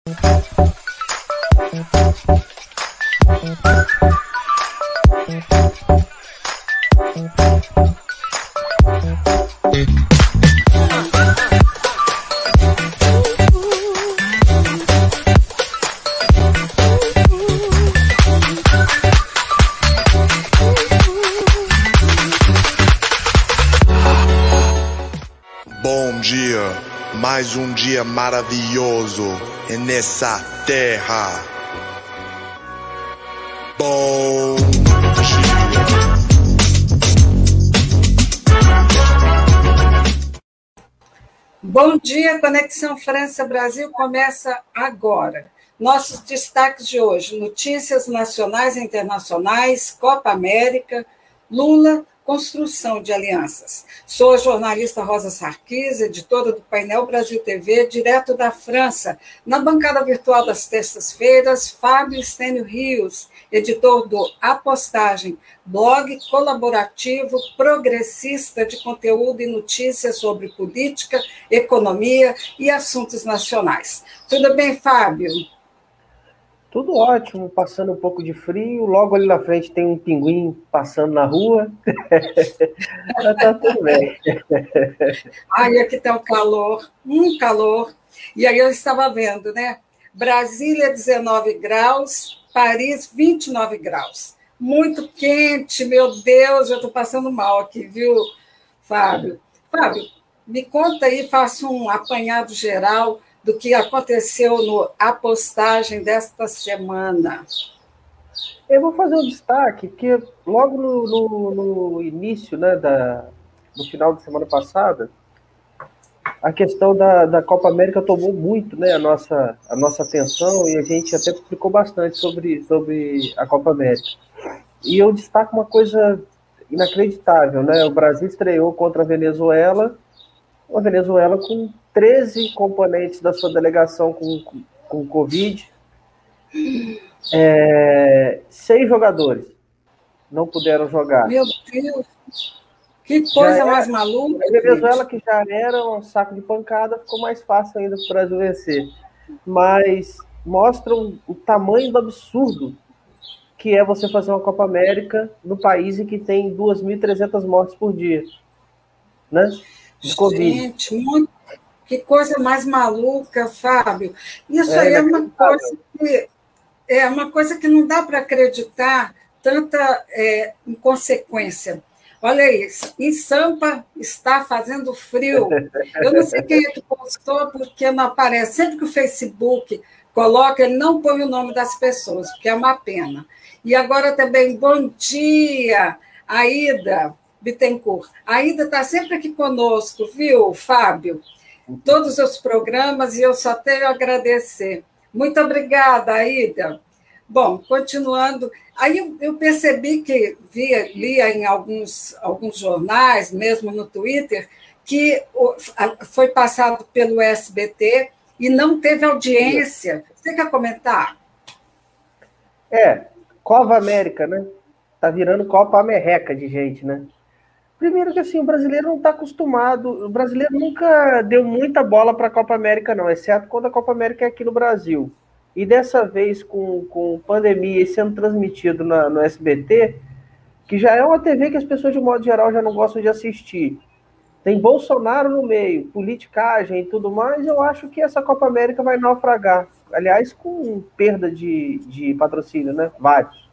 Bom dia, mais um dia maravilhoso nessa terra. Bom dia. Bom dia, Conexão França-Brasil começa agora. Nossos destaques de hoje: notícias nacionais e internacionais, Copa América, Lula, construção de alianças. Sou a jornalista Rosa Sarquis, editora do Painel Brasil TV, direto da França. Na bancada virtual das terças-feiras, Fábio Stênio Rios, editor do A Postagem, blog colaborativo progressista de conteúdo e notícias sobre política, economia e assuntos nacionais. Tudo bem, Fábio? Tudo ótimo, passando um pouco de frio. Logo ali na frente tem um pinguim passando na rua. Tá tudo bem. Ai, aqui está um calor. E aí eu estava vendo, né? Brasília, 19 graus, Paris, 29 graus. Muito quente, meu Deus, eu estou passando mal aqui, viu, Fábio? Fábio, me conta aí, faça um apanhado geral do que aconteceu no A Postagem desta semana. Eu vou fazer um destaque, porque logo no início, né, no final de semana passada, a questão da Copa América tomou muito, né, a nossa atenção, e a gente até publicou bastante sobre a Copa América. E eu destaco uma coisa inacreditável, né? O Brasil estreou contra a Venezuela, uma Venezuela com 13 componentes da sua delegação com Covid, 6 jogadores não puderam jogar. Meu Deus, que coisa mais maluca. A Venezuela, que já era um saco de pancada, ficou mais fácil ainda para o Brasil vencer. Mas mostram o tamanho do absurdo que é você fazer uma Copa América no país em que tem 2.300 mortes por dia, né? De Covid. Gente, que coisa mais maluca, Fábio. Isso aí é uma coisa que não dá para acreditar, tanta inconsequência. Olha isso, em Sampa está fazendo frio. Eu não sei quem é que postou, porque não aparece. Sempre que o Facebook coloca, ele não põe o nome das pessoas, porque é uma pena. E agora também, bom dia, Aida Bittencourt. A Aida está sempre aqui conosco, viu, Fábio? Todos os programas, e eu só tenho a agradecer. Muito obrigada, Aida. Bom, continuando, aí eu percebi que lia em alguns jornais, mesmo no Twitter, que foi passado pelo SBT e não teve audiência. Você quer comentar? Copa América, né? Tá virando Copa Amerreca de gente, né? Primeiro que assim, o brasileiro não está acostumado, o brasileiro nunca deu muita bola para a Copa América, não, exceto quando a Copa América é aqui no Brasil. E dessa vez, com pandemia e sendo transmitido no SBT, que já é uma TV que as pessoas, de modo geral, já não gostam de assistir. Tem Bolsonaro no meio, politicagem e tudo mais, eu acho que essa Copa América vai naufragar. Aliás, com perda de patrocínio, né? Vários.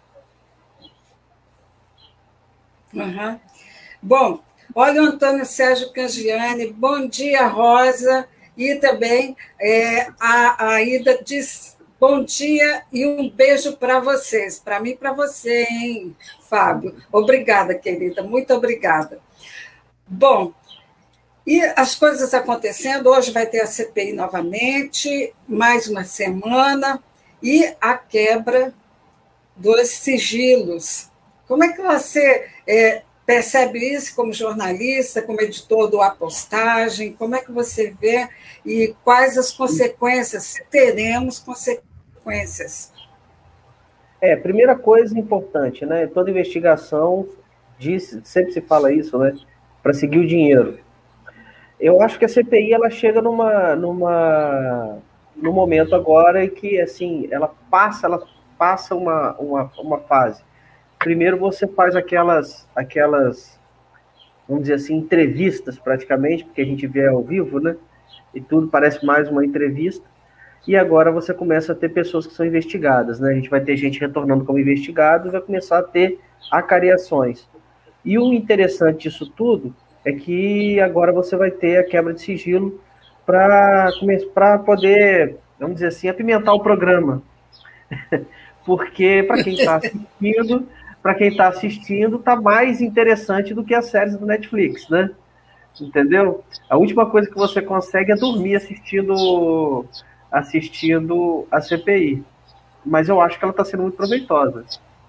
Uhum. Bom, olha o Antônio Sérgio Cangiani, bom dia, Rosa, e também a Aida diz bom dia e um beijo para vocês, para mim e para você, hein, Fábio? Obrigada, querida, muito obrigada. Bom, e as coisas acontecendo, hoje vai ter a CPI novamente, mais uma semana, e a quebra dos sigilos. Como é que você percebe isso como jornalista, como editor do A Postagem? Como é que você vê e quais as consequências, se teremos consequências? Primeira coisa importante, né? Toda investigação, sempre se fala isso, né? Para seguir o dinheiro. Eu acho que a CPI ela chega numa no momento agora em que, assim, ela passa uma fase. Primeiro você faz aquelas, vamos dizer assim, entrevistas praticamente, porque a gente vê ao vivo, né? E tudo parece mais uma entrevista. E agora você começa a ter pessoas que são investigadas, né? A gente vai ter gente retornando como investigado e vai começar a ter acariações. E o interessante disso tudo é que agora você vai ter a quebra de sigilo para poder, vamos dizer assim, apimentar o programa. Porque para quem está assistindo, está mais interessante do que as séries do Netflix, né? Entendeu? A última coisa que você consegue é dormir assistindo a CPI. Mas eu acho que ela está sendo muito proveitosa.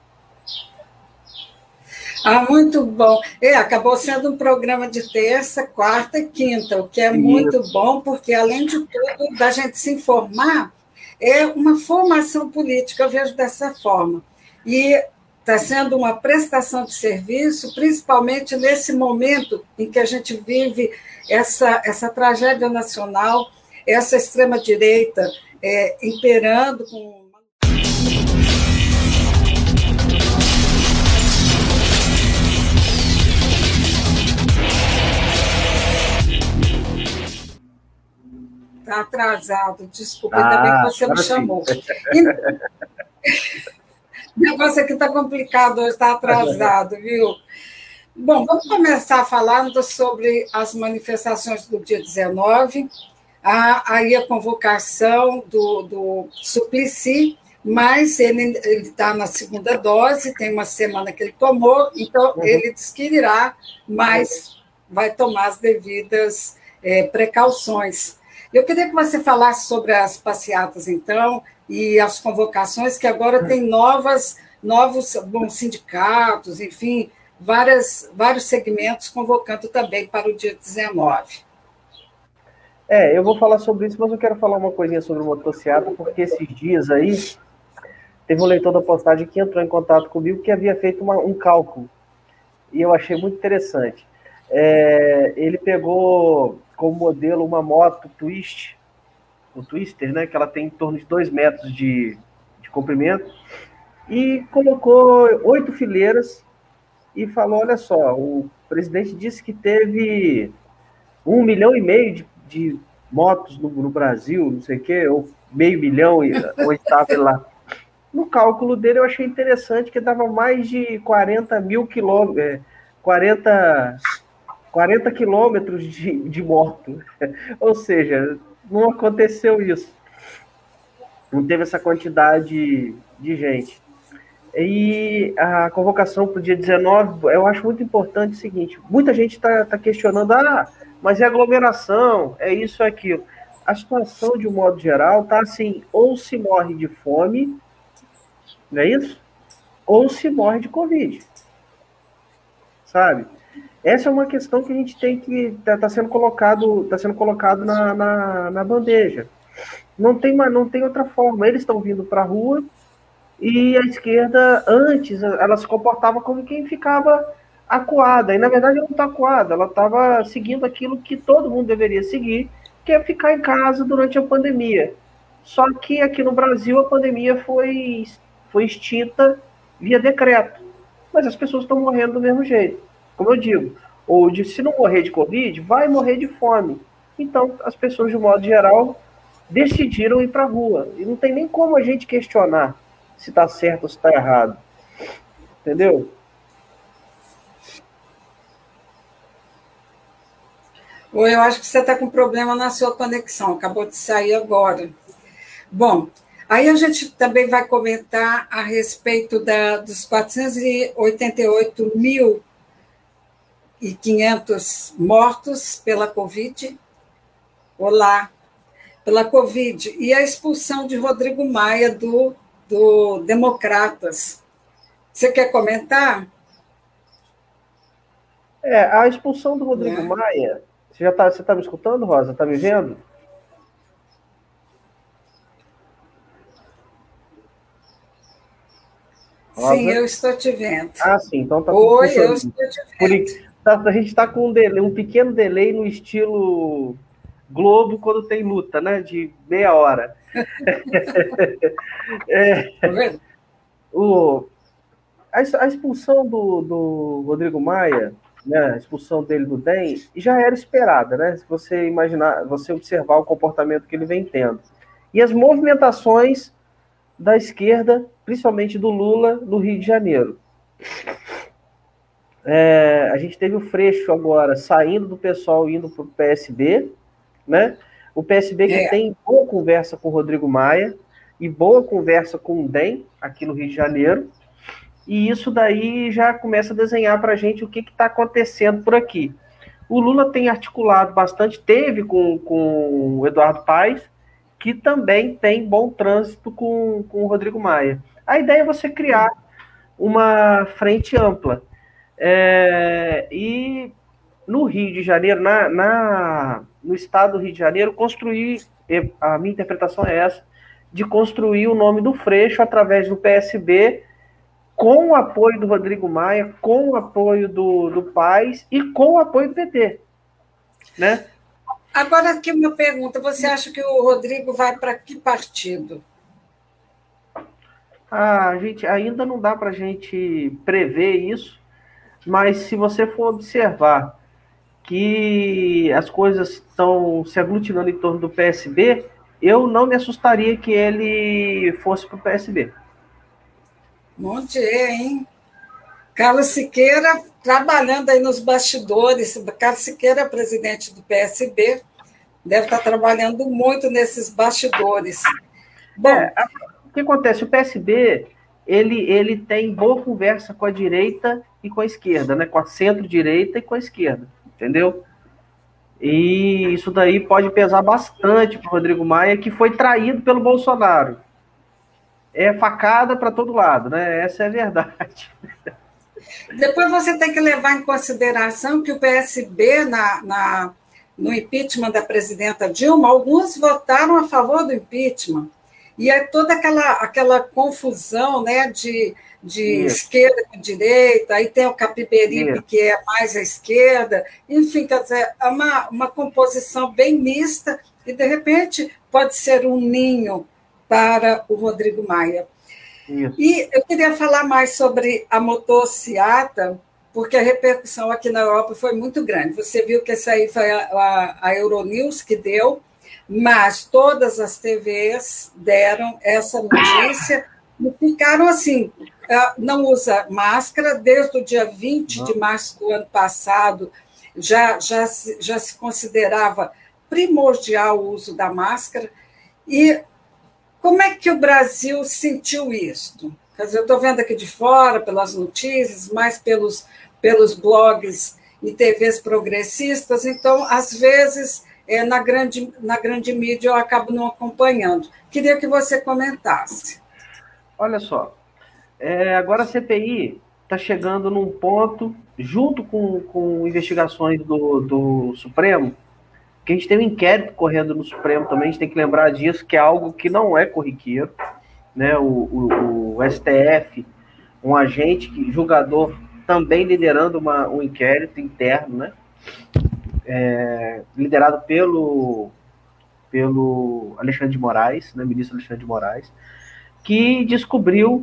Muito bom. Acabou sendo um programa de terça, quarta e quinta, o que é muito bom, porque, além de tudo, da gente se informar, é uma formação política, eu vejo dessa forma. E está sendo uma prestação de serviço, principalmente nesse momento em que a gente vive essa tragédia nacional, essa extrema-direita imperando com... Está atrasado, desculpa, ainda bem que você me chamou. O negócio aqui está complicado hoje, está atrasado, viu? Bom, vamos começar falando sobre as manifestações do dia 19, aí a convocação do Suplicy, mas ele está na segunda dose, tem uma semana que ele tomou, então ele disse que irá, mas vai tomar as devidas precauções. Eu queria que você falasse sobre as passeatas, então, e as convocações, que agora tem novos sindicatos, enfim, vários segmentos convocando também para o dia 19. Eu vou falar sobre isso, mas eu quero falar uma coisinha sobre o motociata, porque esses dias aí, teve um leitor da postagem que entrou em contato comigo que havia feito um cálculo, e eu achei muito interessante. Ele pegou como modelo uma moto Twister, né, que ela tem em torno de 2 metros de comprimento, e colocou 8 fileiras e falou, olha só, o presidente disse que teve 1,5 milhão de motos no Brasil, não sei o quê, ou 500 mil, ou estava lá. No cálculo dele eu achei interessante que dava mais de 40 mil quilômetros, 40 quilômetros de moto. Ou seja, não aconteceu isso. Não teve essa quantidade de gente. E a convocação para o dia 19, eu acho muito importante o seguinte, muita gente está questionando, mas é aglomeração, é isso, é aquilo. A situação, de um modo geral, está assim, ou se morre de fome, não é isso? Ou se morre de Covid. Sabe? Essa é uma questão que a gente tem que... Está sendo colocado na bandeja. Não tem outra forma. Eles estão vindo para a rua e a esquerda, antes, ela se comportava como quem ficava acuada. E, na verdade, ela não está acuada. Ela estava seguindo aquilo que todo mundo deveria seguir, que é ficar em casa durante a pandemia. Só que aqui no Brasil a pandemia foi extinta via decreto. Mas as pessoas estão morrendo do mesmo jeito. Como eu digo, se não morrer de Covid, vai morrer de fome. Então, as pessoas, de um modo geral, decidiram ir para a rua. E não tem nem como a gente questionar se está certo ou se está errado. Entendeu? Eu acho que você está com problema na sua conexão, acabou de sair agora. Bom, aí a gente também vai comentar a respeito dos 488.500 mortos pela Covid. Pela Covid. E a expulsão de Rodrigo Maia do Democratas. Você quer comentar? A expulsão do Rodrigo Maia... Você está me escutando, Rosa? Está me vendo? Rosa? Sim, eu estou te vendo. Sim, então está tudo funcionando. Eu estou te vendo. A gente está com um pequeno delay no estilo Globo quando tem luta, né? De meia hora. A expulsão do Rodrigo Maia, né, a expulsão dele do DEM, já era esperada, né? Se você imaginar, você observar o comportamento que ele vem tendo. E as movimentações da esquerda, principalmente do Lula, no Rio de Janeiro. A gente teve o Freixo agora saindo do pessoal, indo para o PSB, né? O PSB que tem boa conversa com o Rodrigo Maia e boa conversa com o DEM aqui no Rio de Janeiro. E isso daí já começa a desenhar para a gente o que está acontecendo por aqui. O Lula tem articulado bastante, teve com o Eduardo Paes, que também tem bom trânsito com o Rodrigo Maia. A ideia é você criar uma frente ampla. E no Rio de Janeiro, no estado do Rio de Janeiro, construir, a minha interpretação é essa, de construir o nome do Freixo através do PSB, com o apoio do Rodrigo Maia, com o apoio do Paes e com o apoio do PT. Né? Agora, aqui uma pergunta. Você acha que o Rodrigo vai para que partido? Gente, ainda não dá para a gente prever isso, mas se você for observar que as coisas estão se aglutinando em torno do PSB, eu não me assustaria que ele fosse para o PSB. Monte, hein? Carlos Siqueira trabalhando aí nos bastidores. Carlos Siqueira é presidente do PSB, deve estar trabalhando muito nesses bastidores. Bom, o que acontece? O PSB ele tem boa conversa com a direita e com a esquerda, né? Com a centro-direita e com a esquerda, entendeu? E isso daí pode pesar bastante para o Rodrigo Maia, que foi traído pelo Bolsonaro. É facada para todo lado, né? Essa é a verdade. Depois você tem que levar em consideração que o PSB, no impeachment da presidenta Dilma, alguns votaram a favor do impeachment. E é toda aquela confusão, né, de esquerda com direita, aí tem o Capiberibe, que é mais à esquerda, enfim, quer dizer, é uma composição bem mista, e, de repente, pode ser um ninho para o Rodrigo Maia. Isso. E eu queria falar mais sobre a motociata, porque a repercussão aqui na Europa foi muito grande. Você viu que essa aí foi a Euronews que deu, mas todas as TVs deram essa notícia e ficaram assim, não usa máscara, desde o dia 20 de março do ano passado já se considerava primordial o uso da máscara. E como é que o Brasil sentiu isso? Quer dizer, eu estou vendo aqui de fora, pelas notícias, mais pelos blogs e TVs progressistas, então, às vezes, na grande mídia eu acabo não acompanhando. Queria que você comentasse. Olha só, agora a CPI está chegando num ponto, junto com investigações do Supremo, que a gente tem um inquérito correndo no Supremo também, a gente tem que lembrar disso, que é algo que não é corriqueiro, né? O STF, um agente, julgador, também liderando um inquérito interno, né? Liderado pelo Alexandre de Moraes, né? Ministro Alexandre de Moraes, que descobriu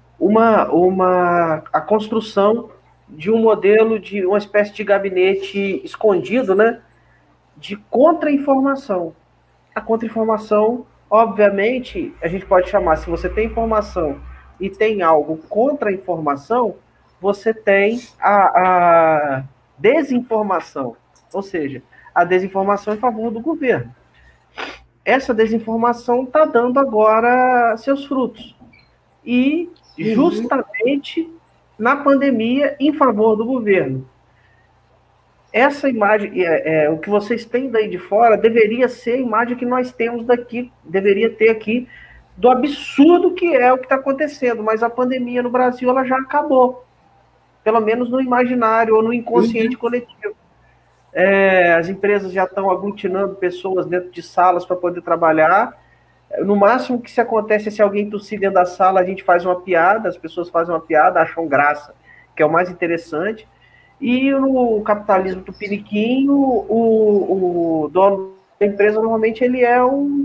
a construção de um modelo de uma espécie de gabinete escondido, né? De contra-informação. A contra-informação, obviamente, a gente pode chamar, se você tem informação e tem algo contra a informação, você tem a desinformação, ou seja, a desinformação em favor do governo. Essa desinformação está dando agora seus frutos. E justamente na pandemia, em favor do governo. Essa imagem, o que vocês têm daí de fora, deveria ser a imagem que nós temos daqui, deveria ter aqui, do absurdo que é o que está acontecendo, mas a pandemia no Brasil ela já acabou, pelo menos no imaginário ou no inconsciente coletivo. As empresas já estão aglutinando pessoas dentro de salas para poder trabalhar. No máximo que se acontece é se alguém tossir dentro da sala, a gente faz uma piada, as pessoas fazem uma piada, acham graça, que é o mais interessante. E no capitalismo tupiniquim, o dono A empresa, normalmente, ele é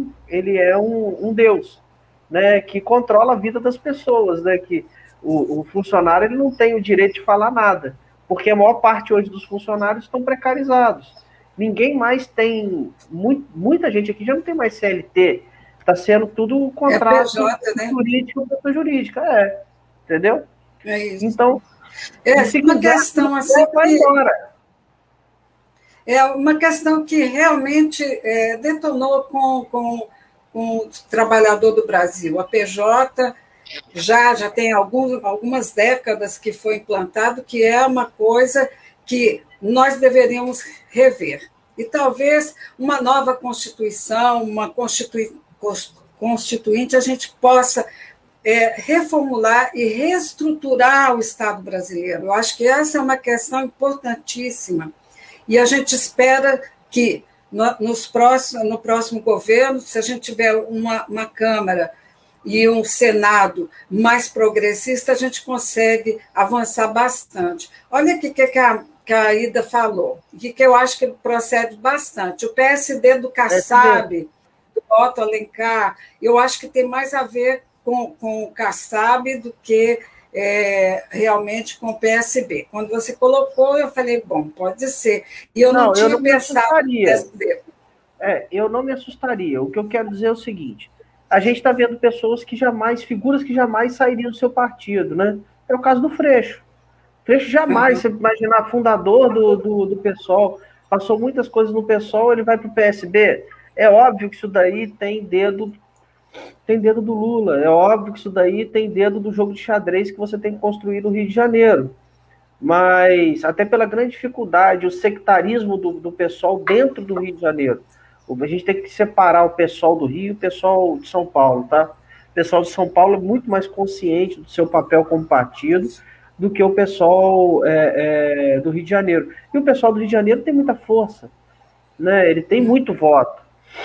um deus, né, que controla a vida das pessoas, né, que o funcionário ele não tem o direito de falar nada, porque a maior parte hoje dos funcionários estão precarizados. Ninguém mais tem, muita gente aqui já não tem mais CLT, está sendo tudo contrato PJ, né? jurídico, pessoa jurídica, entendeu? É isso. Então, se uma quiser, questão assim vai embora. É uma questão que realmente detonou com o trabalhador do Brasil. A PJ já tem algumas décadas que foi implantado, que é uma coisa que nós deveríamos rever. E talvez uma nova Constituição, uma constituinte, a gente possa reformular e reestruturar o Estado brasileiro. Eu acho que essa é uma questão importantíssima. E a gente espera que no próximo governo, se a gente tiver uma Câmara e um Senado mais progressista, a gente consegue avançar bastante. Olha o que a Ida falou, que eu acho que procede bastante. O PSD do Kassab, do Otto Alencar, eu acho que tem mais a ver com o Kassab do que realmente com o PSB. Quando você colocou, eu falei, bom, pode ser. E eu não tinha pensado no PSB. Eu não me assustaria. O que eu quero dizer é o seguinte, a gente está vendo figuras que jamais sairiam do seu partido, né? É o caso do Freixo. Freixo jamais, você imaginar, fundador do PSOL, passou muitas coisas no PSOL, ele vai para o PSB. É óbvio que isso daí tem dedo do Lula, é óbvio que isso daí tem dedo do jogo de xadrez que você tem que construir no Rio de Janeiro. Mas, até pela grande dificuldade, o sectarismo do PSOL dentro do Rio de Janeiro. A gente tem que separar o PSOL do Rio e o PSOL de São Paulo, tá? O pessoal de São Paulo é muito mais consciente do seu papel como partido do que o pessoal do Rio de Janeiro. E o pessoal do Rio de Janeiro tem muita força, né? Ele tem muito voto.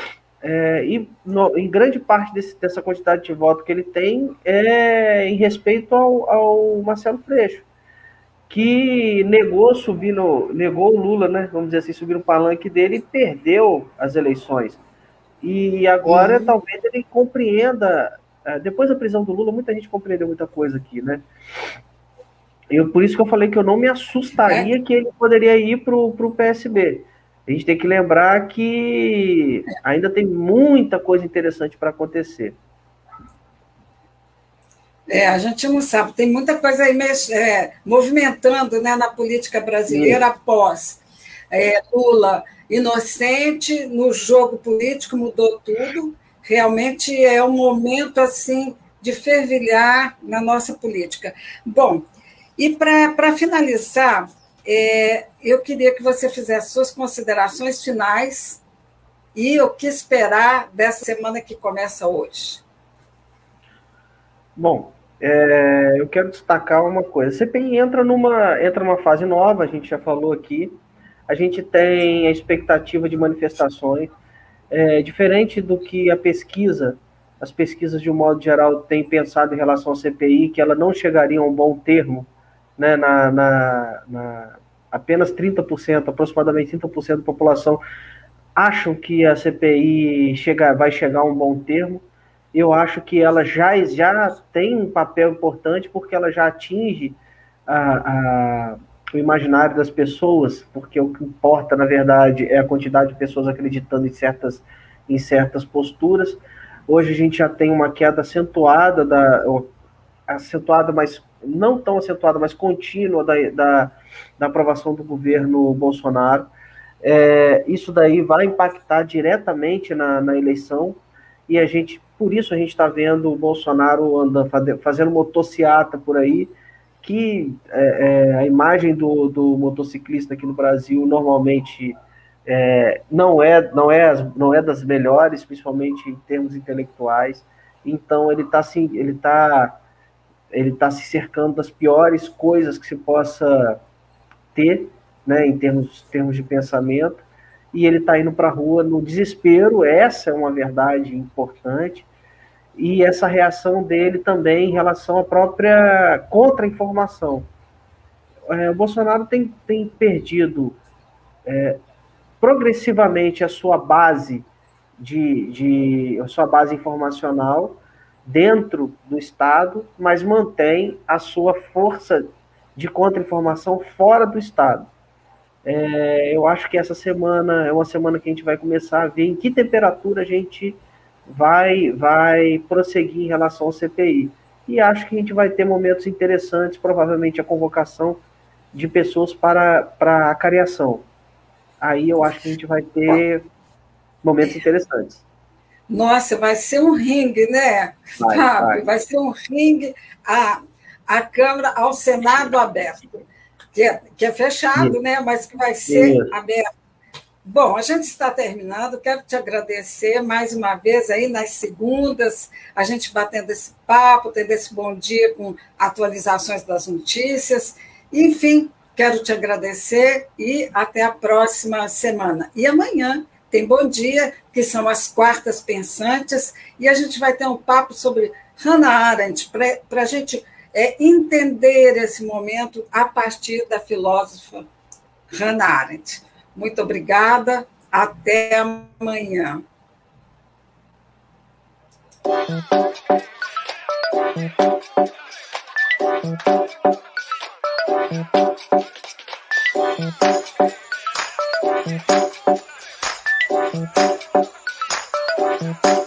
Em grande parte dessa quantidade de voto que ele tem é em respeito ao Marcelo Freixo, que negou o Lula, né, vamos dizer assim, subir no palanque dele e perdeu as eleições. E agora talvez ele compreenda, depois da prisão do Lula, muita gente compreendeu muita coisa aqui, né? Por isso que eu falei que eu não me assustaria que ele poderia ir para o PSB. A gente tem que lembrar que ainda tem muita coisa interessante para acontecer. A gente não sabe, tem muita coisa aí movimentando, né, na política brasileira após Lula inocente, no jogo político mudou tudo, realmente é um momento assim de fervilhar na nossa política. Bom, e para finalizar, eu queria que você fizesse suas considerações finais e o que esperar dessa semana que começa hoje. Bom, eu quero destacar uma coisa. A CPI entra numa fase nova, a gente já falou aqui. A gente tem a expectativa de manifestações, diferente do que as pesquisas de um modo geral têm pensado em relação à CPI, que ela não chegaria a um bom termo, né, apenas 30%, aproximadamente 30% da população acham que a CPI vai chegar a um bom termo. Eu acho que ela já tem um papel importante, porque ela já atinge o imaginário das pessoas, porque o que importa, na verdade, é a quantidade de pessoas acreditando em certas posturas. Hoje a gente já tem uma queda acentuada, mas não tão acentuada, mas contínua da aprovação do governo Bolsonaro. Isso daí vai impactar diretamente na eleição, e por isso a gente está vendo o Bolsonaro fazendo motociata por aí, que a imagem do motociclista aqui no Brasil normalmente não é das melhores, principalmente em termos intelectuais. Então ele está se cercando das piores coisas que se possa ter, né, em termos de pensamento, e ele está indo para a rua no desespero. Essa é uma verdade importante, e essa reação dele também em relação à própria contra-informação. O Bolsonaro tem perdido progressivamente a sua base a sua base informacional dentro do Estado, mas mantém a sua força de contra-informação fora do Estado. Eu acho que essa semana é uma semana que a gente vai começar a ver em que temperatura a gente vai prosseguir em relação ao CPI. E acho que a gente vai ter momentos interessantes, provavelmente a convocação de pessoas para a cariação. Aí eu acho que a gente vai ter momentos interessantes. Nossa, vai ser um ringue, né, Fábio? Vai ser um ringue à Câmara, ao Senado aberto, que é fechado, né, mas que vai ser aberto. Bom, a gente está terminando, quero te agradecer mais uma vez aí nas segundas, a gente batendo esse papo, tendo esse bom dia com atualizações das notícias. Enfim, quero te agradecer e até a próxima semana. E amanhã tem Bom Dia, que são as quartas pensantes, e a gente vai ter um papo sobre Hannah Arendt, para a gente entender esse momento a partir da filósofa Hannah Arendt. Muito obrigada, até amanhã. Thank you.